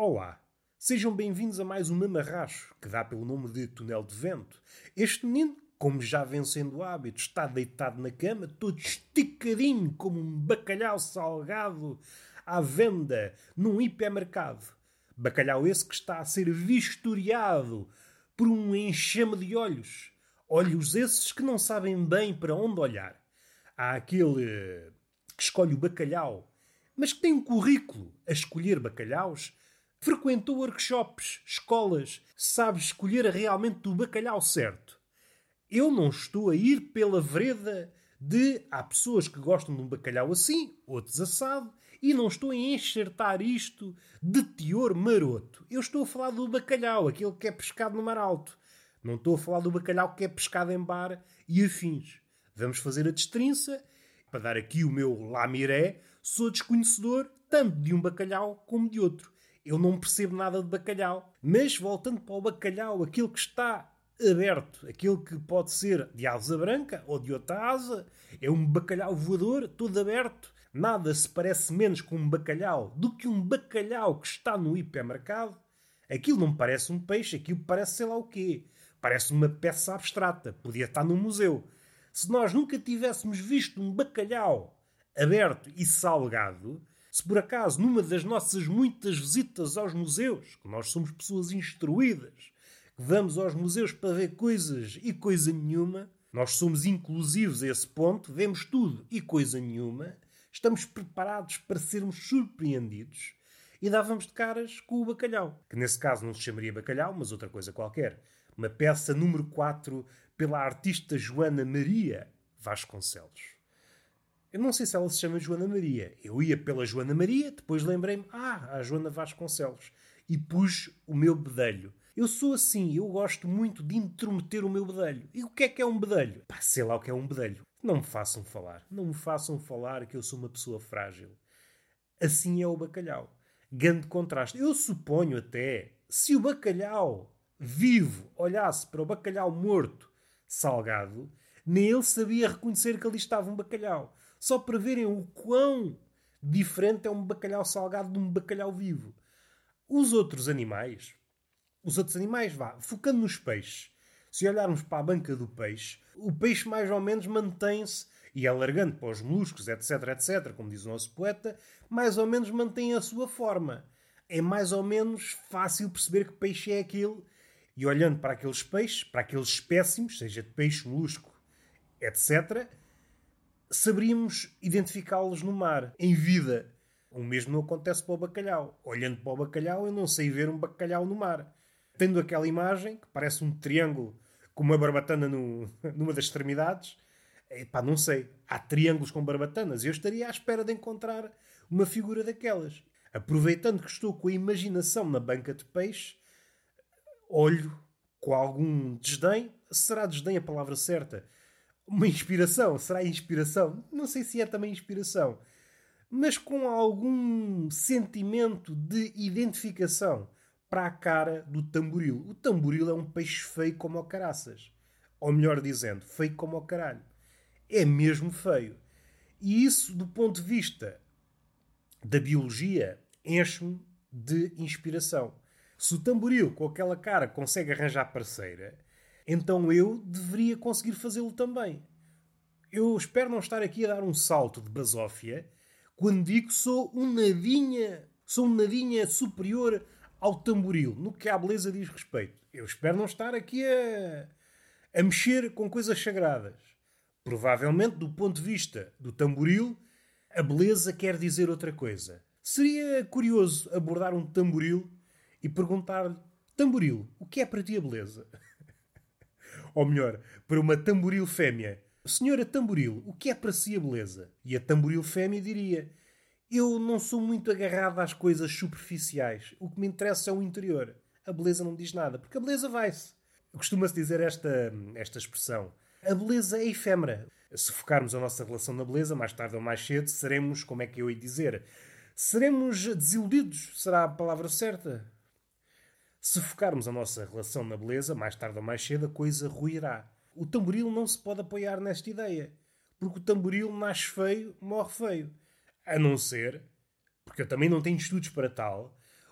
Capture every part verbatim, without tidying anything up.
Olá, sejam bem-vindos a mais um mamarracho, que dá pelo nome de Túnel de Vento. Este menino, como já vem sendo hábito, está deitado na cama, todo esticadinho como um bacalhau salgado à venda num hipermercado. Bacalhau esse que está a ser vistoriado por um enxame de olhos. Olhos esses que não sabem bem para onde olhar. Há aquele que escolhe o bacalhau, mas que tem um currículo a escolher bacalhaus. Frequentou workshops, escolas, sabe escolher realmente o bacalhau certo. Eu não estou a ir pela vereda de há pessoas que gostam de um bacalhau assim, outros assado, e não estou a enxertar isto de teor maroto. Eu estou a falar do bacalhau, aquele que é pescado no mar alto. Não estou a falar do bacalhau que é pescado em bar e afins. Vamos fazer a destrinça. Para dar aqui o meu lamiré, sou desconhecedor tanto de um bacalhau como de outro. Eu não percebo nada de bacalhau. Mas, voltando para o bacalhau, aquele que está aberto, aquele que pode ser de asa branca ou de outra asa, é um bacalhau voador, todo aberto. Nada se parece menos com um bacalhau do que um bacalhau que está no hipermercado. Aquilo não parece um peixe, aquilo parece sei lá o quê. Parece uma peça abstrata. Podia estar num museu. Se nós nunca tivéssemos visto um bacalhau aberto e salgado, se por acaso numa das nossas muitas visitas aos museus, que nós somos pessoas instruídas, que vamos aos museus para ver coisas e coisa nenhuma, nós somos inclusivos a esse ponto, vemos tudo e coisa nenhuma, estamos preparados para sermos surpreendidos e dávamos de caras com o bacalhau, que nesse caso não se chamaria bacalhau, mas outra coisa qualquer. Uma peça número quatro pela artista Joana Maria Vasconcelos. Eu não sei se ela se chama Joana Maria. Eu ia pela Joana Maria, depois lembrei-me, ah, a Joana Vasconcelos. E pus o meu bedelho. Eu sou assim, eu gosto muito de intrometer o meu bedelho. E o que é que é um bedelho? Pá, sei lá o que é um bedelho. Não me façam falar. Não me façam falar que eu sou uma pessoa frágil. Assim é o bacalhau. Grande contraste. Eu suponho até, se o bacalhau vivo olhasse para o bacalhau morto salgado, nem ele sabia reconhecer que ali estava um bacalhau. Só para verem o quão diferente é um bacalhau salgado de um bacalhau vivo. Os outros animais, os outros animais, vá, focando nos peixes. Se olharmos para a banca do peixe, o peixe mais ou menos mantém-se, e alargando para os moluscos, etc, etc, como diz o nosso poeta, mais ou menos mantém a sua forma. É mais ou menos fácil perceber que peixe é aquele. E olhando para aqueles peixes, para aqueles espécimes, seja de peixe, molusco, etcétera, saberíamos identificá-los no mar, em vida. O mesmo não acontece para o bacalhau. Olhando para o bacalhau, eu não sei ver um bacalhau no mar. Tendo aquela imagem, que parece um triângulo com uma barbatana no, numa das extremidades, epá, não sei. Há triângulos com barbatanas. Eu estaria à espera de encontrar uma figura daquelas. Aproveitando que estou com a imaginação na banca de peixe, olho com algum desdém. Será desdém a palavra certa? Uma inspiração? Será inspiração? Não sei se é também inspiração. Mas com algum sentimento de identificação para a cara do tamboril. O tamboril é um peixe feio como o caraças. Ou melhor dizendo, feio como o caralho. É mesmo feio. E isso, do ponto de vista da biologia, enche-me de inspiração. Se o tamboril com aquela cara consegue arranjar parceira, então eu deveria conseguir fazê-lo também. Eu espero não estar aqui a dar um salto de basófia quando digo que sou um nadinha, sou um nadinha superior ao tamboril, no que à beleza diz respeito. Eu espero não estar aqui a, a mexer com coisas sagradas. Provavelmente, do ponto de vista do tamboril, a beleza quer dizer outra coisa. Seria curioso abordar um tamboril e perguntar-lhe: tamboril, o que é para ti a beleza? Ou melhor, para uma tamboril fêmea: senhora tamboril, o que é para si a beleza? E a tamboril fêmea diria: eu não sou muito agarrado às coisas superficiais. O que me interessa é o interior. A beleza não diz nada, porque a beleza vai-se. Costuma-se dizer esta, esta expressão: a beleza é efêmera. Se focarmos a nossa relação na beleza, mais tarde ou mais cedo, seremos, como é que eu ia dizer? Seremos desiludidos, será a palavra certa? Se focarmos a nossa relação na beleza, mais tarde ou mais cedo, a coisa ruirá. O tamboril não se pode apoiar nesta ideia, porque o tamboril nasce feio, morre feio. A não ser, porque eu também não tenho estudos para tal,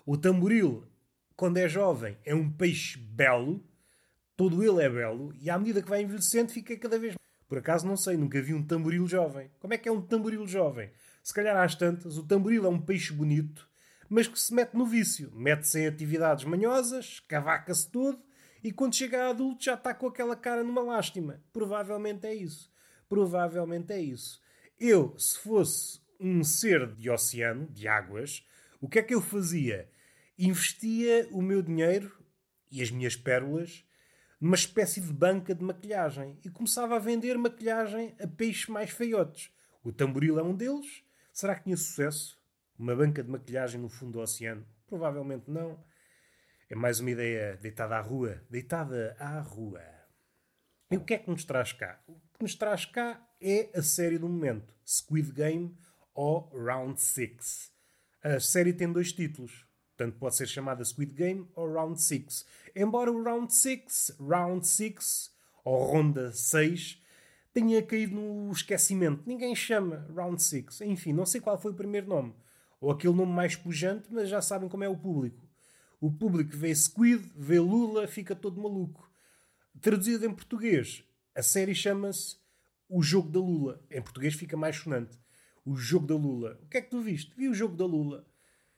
O tamboril, quando é jovem, é um peixe belo, todo ele é belo, e à medida que vai envelhecendo fica cada vez mais. Por acaso não sei, nunca vi um tamboril jovem. Como é que é um tamboril jovem? Se calhar às tantas, o tamboril é um peixe bonito, mas que se mete no vício. Mete-se em atividades manhosas, cavaca-se todo, e quando chega a adulto já está com aquela cara numa lástima. Provavelmente é isso. Provavelmente é isso. Eu, se fosse um ser de oceano, de águas, o que é que eu fazia? Investia o meu dinheiro e as minhas pérolas numa espécie de banca de maquilhagem e começava a vender maquilhagem a peixes mais feiotes. O tamboril é um deles. Será que tinha sucesso? Uma banca de maquilhagem no fundo do oceano? Provavelmente não. É mais uma ideia deitada à rua. Deitada à rua. E o que é que nos traz cá? O que nos traz cá é a série do momento. Squid Game ou Round six. A série tem dois títulos. Portanto, pode ser chamada Squid Game ou Round six. Embora o Round six, Round six ou Ronda seis tenha caído no esquecimento. Ninguém chama Round six. Enfim, não sei qual foi o primeiro nome. Ou aquele nome mais pujante, mas já sabem como é o público. O público vê Squid, vê Lula, fica todo maluco. Traduzido em português, a série chama-se O Jogo da Lula. Em português fica mais sonante. O Jogo da Lula. O que é que tu viste? Vi o Jogo da Lula.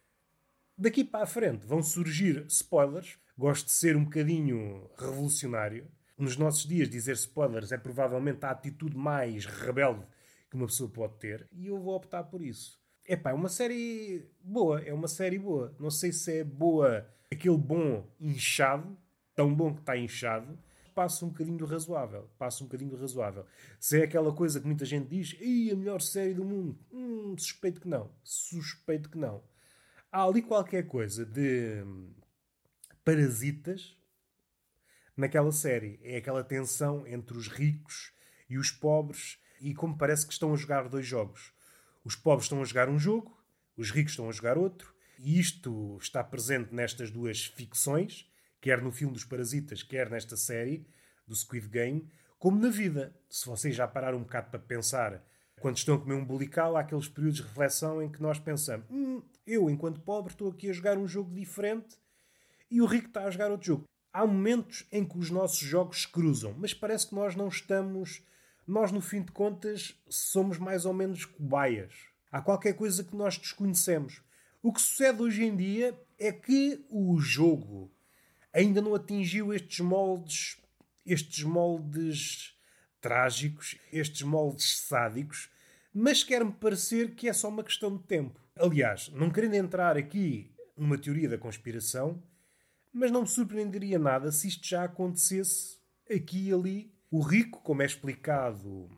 Daqui para a frente vão surgir spoilers. Gosto de ser um bocadinho revolucionário. Nos nossos dias, dizer spoilers é provavelmente a atitude mais rebelde que uma pessoa pode ter. E eu vou optar por isso. Epá, é uma série boa. É uma série boa. Não sei se é boa aquele bom inchado. Tão bom que está inchado. Passa um bocadinho do razoável. Passa um bocadinho do razoável. Se é aquela coisa que muita gente diz, Ih, a melhor série do mundo. Hum, suspeito que não. Suspeito que não. Há ali qualquer coisa de parasitas naquela série. É aquela tensão entre os ricos e os pobres e como parece que estão a jogar dois jogos. Os pobres estão a jogar um jogo, os ricos estão a jogar outro, e isto está presente nestas duas ficções, quer no filme dos Parasitas, quer nesta série do Squid Game, como na vida. Se vocês já pararam um bocado para pensar, quando estão a comer um bulical, há aqueles períodos de reflexão em que nós pensamos hum, eu, enquanto pobre, estou aqui a jogar um jogo diferente e o rico está a jogar outro jogo. Há momentos em que os nossos jogos se cruzam, mas parece que nós não estamos... Nós, no fim de contas, somos mais ou menos cobaias. Há qualquer coisa que nós desconhecemos. O que sucede hoje em dia é que o jogo ainda não atingiu estes moldes, estes moldes trágicos, estes moldes sádicos, mas quer-me parecer que é só uma questão de tempo. Aliás, não querendo entrar aqui numa teoria da conspiração, mas não me surpreenderia nada se isto já acontecesse aqui e ali. O rico, como é explicado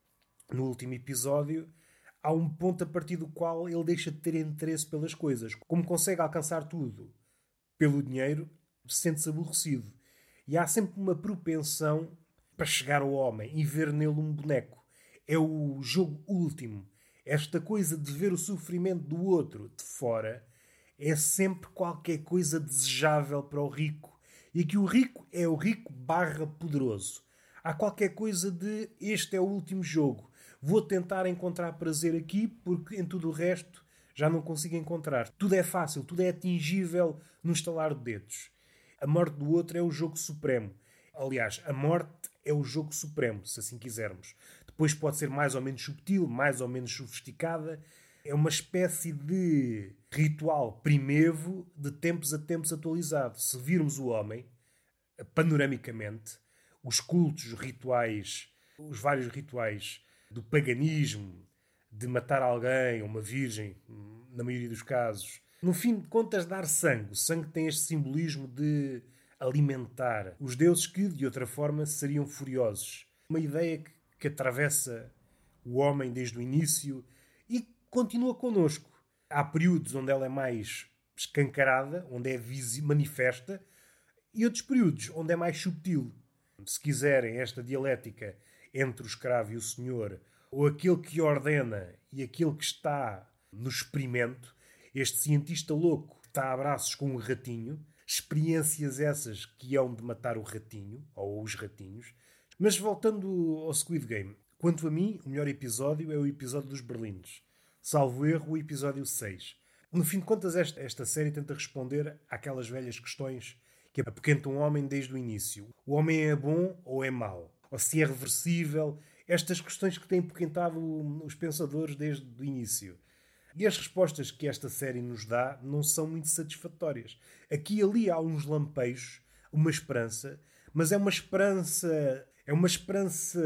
no último episódio, há um ponto a partir do qual ele deixa de ter interesse pelas coisas. Como consegue alcançar tudo pelo dinheiro, sente-se aborrecido. E há sempre uma propensão para chegar ao homem e ver nele um boneco. É o jogo último. Esta coisa de ver o sofrimento do outro de fora é sempre qualquer coisa desejável para o rico. E que o rico é o rico barra poderoso. Há qualquer coisa de este é o último jogo. Vou tentar encontrar prazer aqui porque em tudo o resto já não consigo encontrar. Tudo é fácil, tudo é atingível no estalar de dedos. A morte do outro é o jogo supremo. Aliás, a morte é o jogo supremo, se assim quisermos. Depois pode ser mais ou menos subtil, mais ou menos sofisticada. É uma espécie de ritual primevo de tempos a tempos atualizado. Se virmos o homem, panoramicamente, os cultos, os rituais, os vários rituais do paganismo, de matar alguém, uma virgem, na maioria dos casos. No fim de contas, dar sangue. O sangue tem este simbolismo de alimentar os deuses que, de outra forma, seriam furiosos. Uma ideia que, que atravessa o homem desde o início e continua connosco. Há períodos onde ela é mais escancarada, onde é manifesta, e outros períodos onde é mais subtil. Se quiserem, esta dialética entre o escravo e o senhor, ou aquele que ordena e aquele que está no experimento, este cientista louco que está a braços com um ratinho, experiências essas que hão de matar o ratinho, ou os ratinhos. Mas voltando ao Squid Game, quanto a mim, o melhor episódio é o episódio dos Berlindes. Salvo erro, o episódio seis. No fim de contas, esta, esta série tenta responder àquelas velhas questões que apoquentam o homem desde o início. O homem é bom ou é mau? Ou se é reversível? Estas questões que têm apoquentado os pensadores desde o início. E as respostas que esta série nos dá não são muito satisfatórias. Aqui e ali há uns lampejos, uma esperança, mas é uma esperança, é uma esperança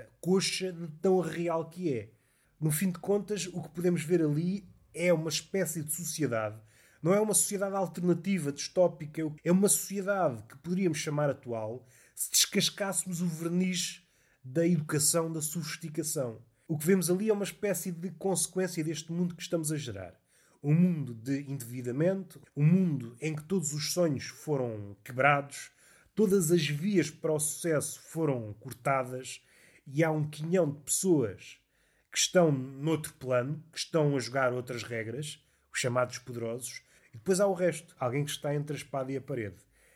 coxa de tão real que é. No fim de contas, o que podemos ver ali é uma espécie de sociedade. Não é uma sociedade alternativa, distópica, é uma sociedade que poderíamos chamar atual se descascássemos o verniz da educação, da sofisticação. O que vemos ali é uma espécie de consequência deste mundo que estamos a gerar. Um mundo de endividamento, um mundo em que todos os sonhos foram quebrados, todas as vias para o sucesso foram cortadas e há um quinhão de pessoas que estão noutro plano, que estão a jogar outras regras, os chamados poderosos, e depois há o resto, alguém que está entre a espada e a parede.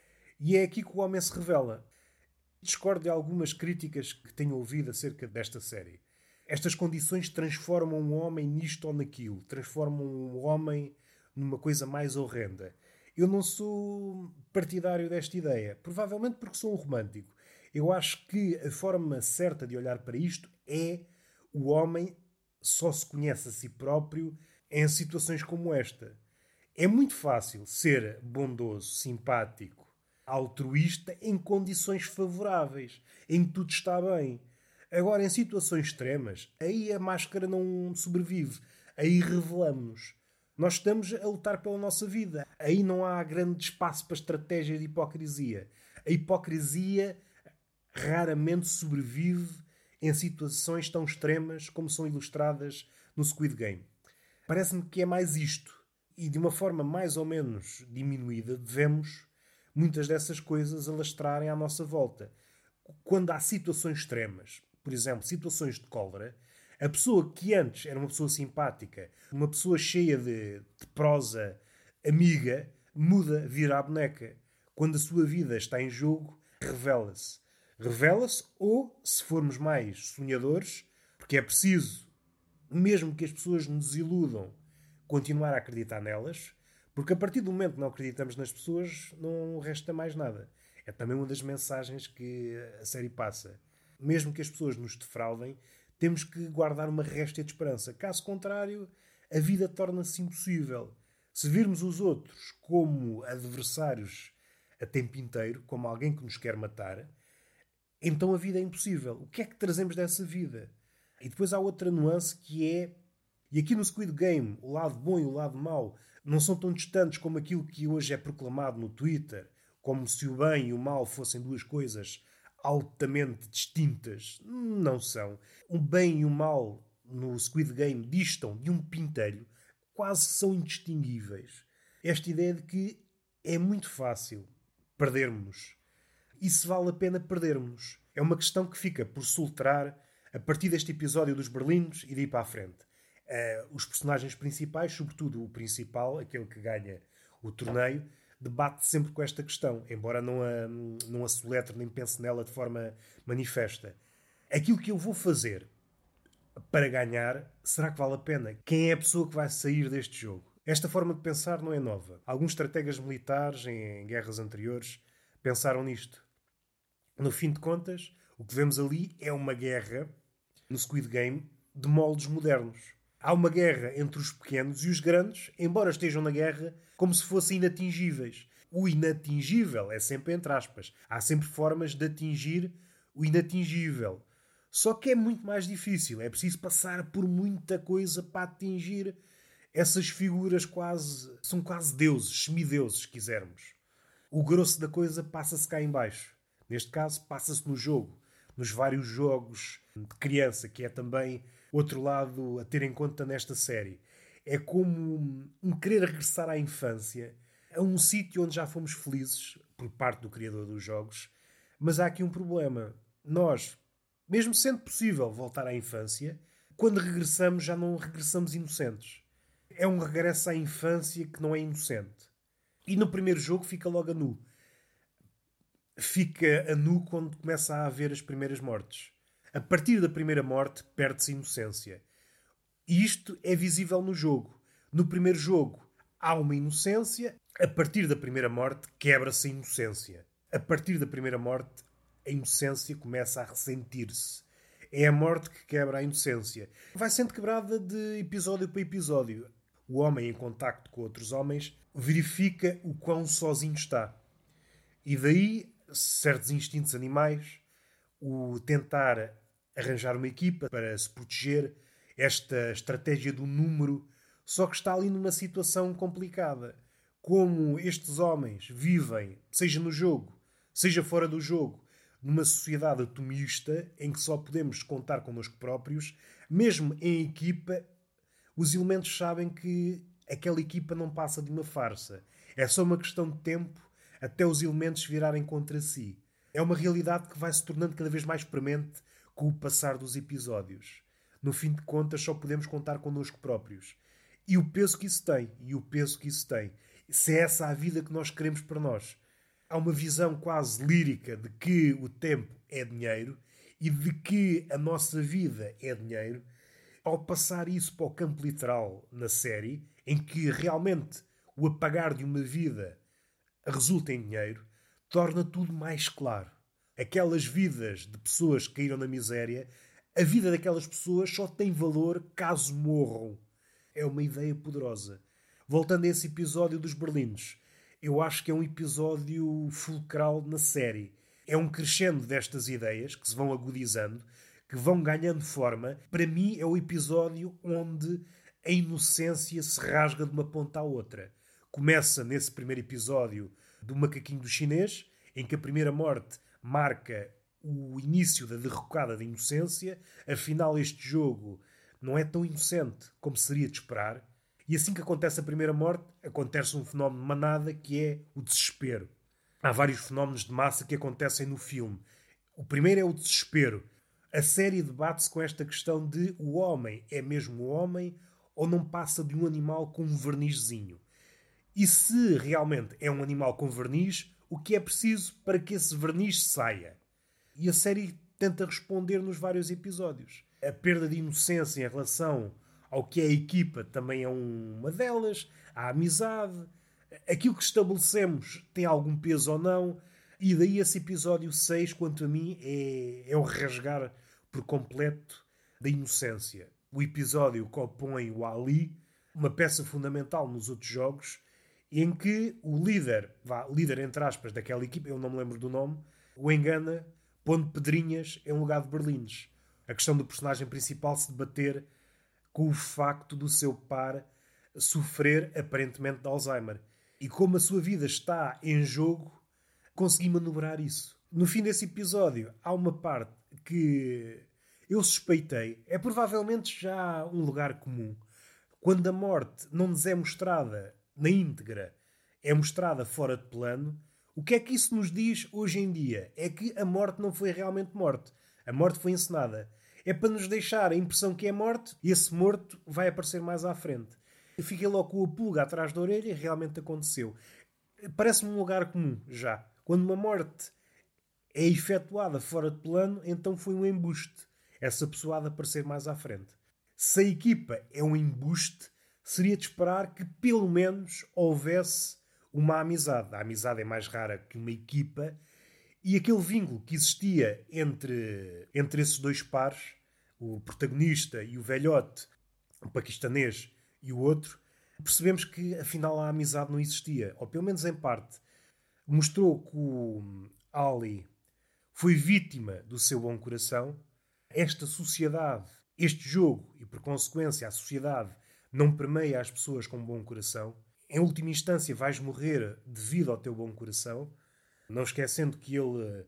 E é aqui que o homem se revela. Discordo de algumas críticas que tenho ouvido acerca desta série. Estas condições transformam o homem nisto ou naquilo, transformam o homem numa coisa mais horrenda. Eu não sou partidário desta ideia, provavelmente porque sou um romântico. Eu acho que a forma certa de olhar para isto é o homem só se conhece a si próprio em situações como esta. É muito fácil ser bondoso, simpático, altruísta em condições favoráveis, em que tudo está bem. Agora, em situações extremas, aí a máscara não sobrevive. Aí revelamos-nos. Nós estamos a lutar pela nossa vida. Aí não há grande espaço para estratégia de hipocrisia. A hipocrisia raramente sobrevive em situações tão extremas como são ilustradas no Squid Game. Parece-me que é mais isto. E de uma forma mais ou menos diminuída, devemos muitas dessas coisas alastrarem à nossa volta. Quando há situações extremas, por exemplo, situações de cólera, a pessoa que antes era uma pessoa simpática, uma pessoa cheia de, de prosa amiga, muda, vira a boneca. Quando a sua vida está em jogo, revela-se. Revela-se ou, se formos mais sonhadores, porque é preciso, mesmo que as pessoas nos iludam, continuar a acreditar nelas, porque a partir do momento que não acreditamos nas pessoas, não resta mais nada. É também uma das mensagens que a série passa. Mesmo que as pessoas nos defraudem, temos que guardar uma réstia de esperança. Caso contrário, a vida torna-se impossível. Se virmos os outros como adversários a tempo inteiro, como alguém que nos quer matar, então a vida é impossível. O que é que trazemos dessa vida? E depois há outra nuance que é... E aqui no Squid Game, o lado bom e o lado mau não são tão distantes como aquilo que hoje é proclamado no Twitter, como se o bem e o mal fossem duas coisas altamente distintas. Não são. O bem e o mal no Squid Game distam de um pintelho, quase são indistinguíveis. Esta ideia de que é muito fácil perdermos-nos. E se vale a pena perdermos-nos. É uma questão que fica por soltar a partir deste episódio dos Berlindos e de ir para a frente. Uh, os personagens principais, sobretudo o principal, aquele que ganha o torneio, debate sempre com esta questão, embora não a, não a soletre nem pense nela de forma manifesta. Aquilo que eu vou fazer para ganhar, será que vale a pena? Quem é a pessoa que vai sair deste jogo? Esta forma de pensar não é nova. Alguns estrategas militares em, em guerras anteriores pensaram nisto. No fim de contas, o que vemos ali é uma guerra, no Squid Game, de moldes modernos. Há uma guerra entre os pequenos e os grandes, embora estejam na guerra como se fossem inatingíveis. O inatingível é sempre entre aspas. Há sempre formas de atingir o inatingível. Só que é muito mais difícil. É preciso passar por muita coisa para atingir essas figuras quase... São quase deuses, semideuses, se quisermos. O grosso da coisa passa-se cá em baixo. Neste caso, passa-se no jogo. Nos vários jogos de criança, que é também outro lado a ter em conta nesta série. É como um querer regressar à infância, a um sítio onde já fomos felizes, por parte do criador dos jogos, mas há aqui um problema. Nós, mesmo sendo possível voltar à infância, quando regressamos já não regressamos inocentes. É um regresso à infância que não é inocente. E no primeiro jogo fica logo a nu. Fica a nu quando começa a haver as primeiras mortes. A partir da primeira morte, perde-se a inocência. E isto é visível no jogo. No primeiro jogo, Há uma inocência, a partir da primeira morte quebra-se a inocência. A partir da primeira morte, a inocência começa a ressentir-se. É a morte que quebra a inocência. Vai sendo quebrada de episódio para episódio. O homem, em contacto com outros homens, verifica o quão sozinho está. E daí, certos instintos animais, o tentar arranjar uma equipa para se proteger, esta estratégia do número, só que está ali numa situação complicada. Como estes homens vivem, seja no jogo, seja fora do jogo, numa sociedade atomista em que só podemos contar connosco próprios, mesmo em equipa, os elementos sabem que aquela equipa não passa de uma farsa. É só uma questão de tempo até os elementos virarem contra si. É uma realidade que vai se tornando cada vez mais premente com o passar dos episódios. No fim de contas, só podemos contar connosco próprios. E o peso que isso tem, e o peso que isso tem. Se é essa a vida que nós queremos para nós. Há uma visão quase lírica de que o tempo é dinheiro e de que a nossa vida é dinheiro. Ao passar isso para o campo literal na série, em que realmente o apagar de uma vida resulta em dinheiro, torna tudo mais claro. Aquelas vidas de pessoas que caíram na miséria, a vida daquelas pessoas só tem valor caso morram. É uma ideia poderosa. Voltando a esse episódio dos berlindes, eu acho que é um episódio fulcral na série. É um crescendo destas ideias que se vão agudizando, que vão ganhando forma. Para mim é o episódio onde a inocência se rasga de uma ponta à outra. Começa nesse primeiro episódio do macaquinho do chinês, em que a primeira morte marca o início da derrocada da inocência. Afinal, este jogo não é tão inocente como seria de esperar. E assim que acontece a primeira morte, acontece um fenómeno de manada que é o desespero. Há vários fenómenos de massa que acontecem no filme. O primeiro é o desespero. A série debate-se com esta questão de o homem é mesmo o homem ou não passa de um animal com um vernizzinho. E se realmente é um animal com verniz, o que é preciso para que esse verniz saia? E a série tenta responder nos vários episódios. A perda de inocência em relação ao que é a equipa também é uma delas. A amizade. Aquilo que estabelecemos tem algum peso ou não. E daí esse episódio seis, quanto a mim, é, é o rasgar por completo da inocência. O episódio que opõe o Ali, uma peça fundamental nos outros jogos, em que o líder, vá, líder entre aspas, daquela equipa, eu não me lembro do nome, o engana pondo pedrinhas em lugar de berlines. A questão do personagem principal se debater com o facto do seu par sofrer aparentemente de Alzheimer. E como a sua vida está em jogo, consegui manobrar isso. No fim desse episódio, há uma parte que eu suspeitei, é provavelmente já um lugar comum. Quando a morte não nos é mostrada na íntegra, é mostrada fora de plano, o que é que isso nos diz hoje em dia? É que a morte não foi realmente morte. A morte foi encenada. É para nos deixar a impressão que é morte e esse morto vai aparecer mais à frente. Eu fiquei logo com a pulga atrás da orelha e realmente aconteceu. Parece-me um lugar comum, já. Quando uma morte é efetuada fora de plano, então foi um embuste. Essa pessoa há de aparecer mais à frente. Se a equipa é um embuste, seria de esperar que pelo menos houvesse uma amizade. A amizade é mais rara que uma equipa. E aquele vínculo que existia entre, entre esses dois pares, o protagonista e o velhote, o paquistanês e o outro, percebemos que afinal a amizade não existia. Ou pelo menos em parte. Mostrou que o Ali foi vítima do seu bom coração. Esta sociedade, este jogo e por consequência a sociedade não permeia as pessoas com bom coração. Em última instância vais morrer devido ao teu bom coração. Não esquecendo que ele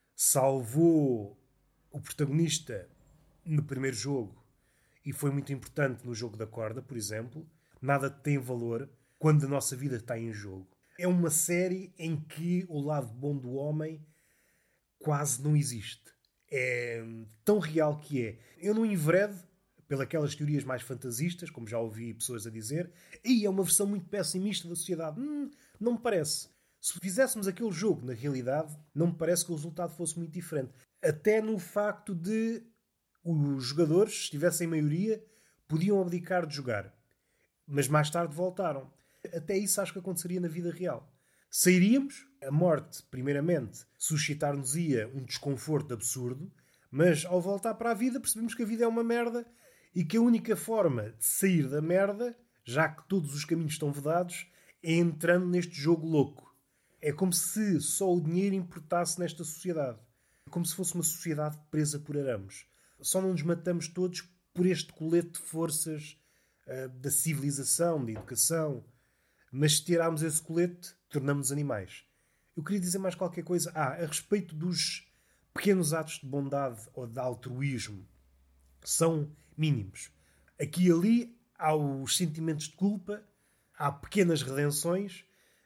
salvou o protagonista no primeiro jogo e foi muito importante no jogo da corda, por exemplo. Nada tem valor quando a nossa vida está em jogo. É uma série em que o lado bom do homem quase não existe. É tão real que é. Eu não enveredo pelas teorias mais fantasistas, como já ouvi pessoas a dizer, e é uma versão muito pessimista da sociedade. Hum, não me parece. Se fizéssemos aquele jogo na realidade, não me parece que o resultado fosse muito diferente. Até no facto de os jogadores, se tivessem maioria, podiam abdicar de jogar. Mas mais tarde voltaram. Até isso acho que aconteceria na vida real. Sairíamos, a morte, primeiramente, suscitar-nos-ia um desconforto absurdo, mas ao voltar para a vida percebemos que a vida é uma merda e que a única forma de sair da merda, já que todos os caminhos estão vedados, é entrando neste jogo louco. É como se só o dinheiro importasse nesta sociedade. É como se fosse uma sociedade presa por arames. Só não nos matamos todos por este colete de forças uh, da civilização, da educação. Mas se tirarmos esse colete, tornamos-nos animais. Eu queria dizer mais qualquer coisa. Ah, a respeito dos pequenos atos de bondade ou de altruísmo. São mínimos. Aqui e ali há os sentimentos de culpa, há pequenas redenções,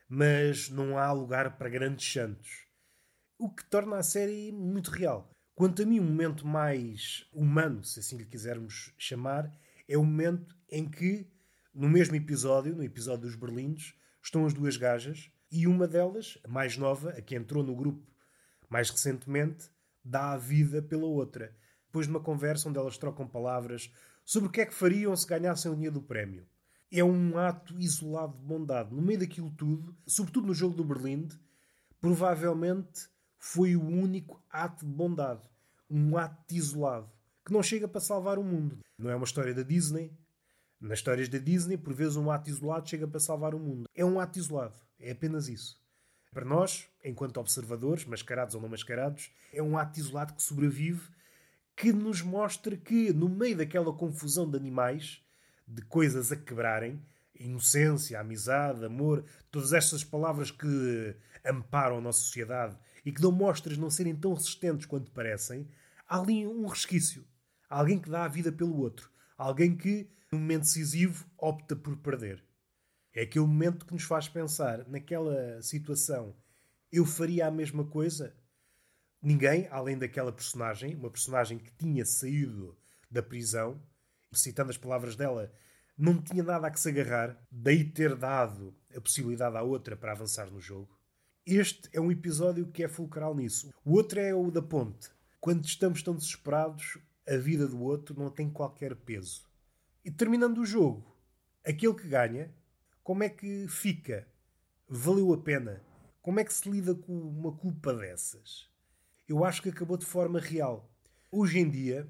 mas não há lugar para grandes santos. O que torna a série muito real. Quanto a mim, o momento mais humano, se assim lhe quisermos chamar, é o momento em que, no mesmo episódio, no episódio dos Berlindes, estão as duas gajas e uma delas, a mais nova, a que entrou no grupo mais recentemente, dá a vida pela outra. Depois de uma conversa onde elas trocam palavras sobre o que é que fariam se ganhassem o dinheiro do prémio. É um ato isolado de bondade. No meio daquilo tudo, sobretudo no jogo do Berlinde, provavelmente foi o único ato de bondade. Um ato isolado. Que não chega para salvar o mundo. Não é uma história da Disney. Nas histórias da Disney, por vezes um ato isolado chega para salvar o mundo. É um ato isolado. É apenas isso. Para nós, enquanto observadores, mascarados ou não mascarados, é um ato isolado que sobrevive, que nos mostra que, no meio daquela confusão de animais, de coisas a quebrarem, inocência, amizade, amor, todas estas palavras que amparam a nossa sociedade e que dão mostras de não serem tão resistentes quanto parecem, há ali um resquício. Há alguém que dá a vida pelo outro. Há alguém que, no momento decisivo, opta por perder. É aquele momento que nos faz pensar, naquela situação, eu faria a mesma coisa? Ninguém, além daquela personagem, uma personagem que tinha saído da prisão, citando as palavras dela, não tinha nada a que se agarrar, daí ter dado a possibilidade à outra para avançar no jogo. Este é um episódio que é fulcral nisso. O outro é o da ponte. Quando estamos tão desesperados, a vida do outro não tem qualquer peso. E terminando o jogo, aquele que ganha, como é que fica? Valeu a pena? Como é que se lida com uma culpa dessas? Eu acho que acabou de forma real. Hoje em dia,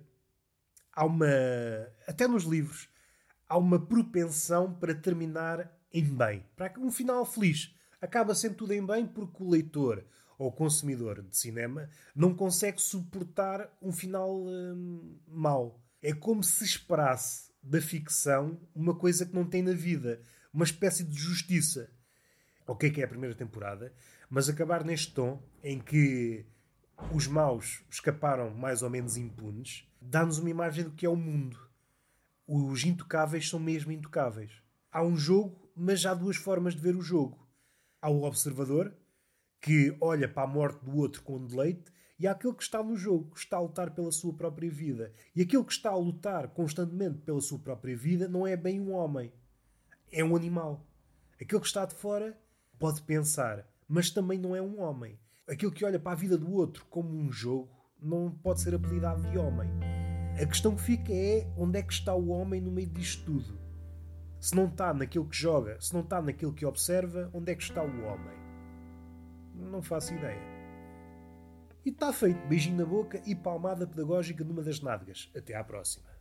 há uma... até nos livros, há uma propensão para terminar em bem. Para um final feliz. Acaba sempre tudo em bem porque o leitor ou o consumidor de cinema não consegue suportar um final hum, mau. É como se esperasse da ficção uma coisa que não tem na vida. Uma espécie de justiça. Ok que é a primeira temporada, mas acabar neste tom em que os maus escaparam mais ou menos impunes, dá-nos uma imagem do que é o mundo. Os intocáveis são mesmo intocáveis. Há um jogo, mas há duas formas de ver o jogo. Há o observador, que olha para a morte do outro com deleite, e há aquele que está no jogo, que está a lutar pela sua própria vida. E aquele que está a lutar constantemente pela sua própria vida não é bem um homem. É um animal. Aquele que está de fora pode pensar, mas também não é um homem. Aquele que olha para a vida do outro como um jogo não pode ser apelidado de homem. A questão que fica é onde é que está o homem no meio disto tudo. Se não está naquele que joga, se não está naquele que observa, onde é que está o homem? Não faço ideia. E está feito. Beijinho na boca e palmada pedagógica numa das nádegas. Até à próxima.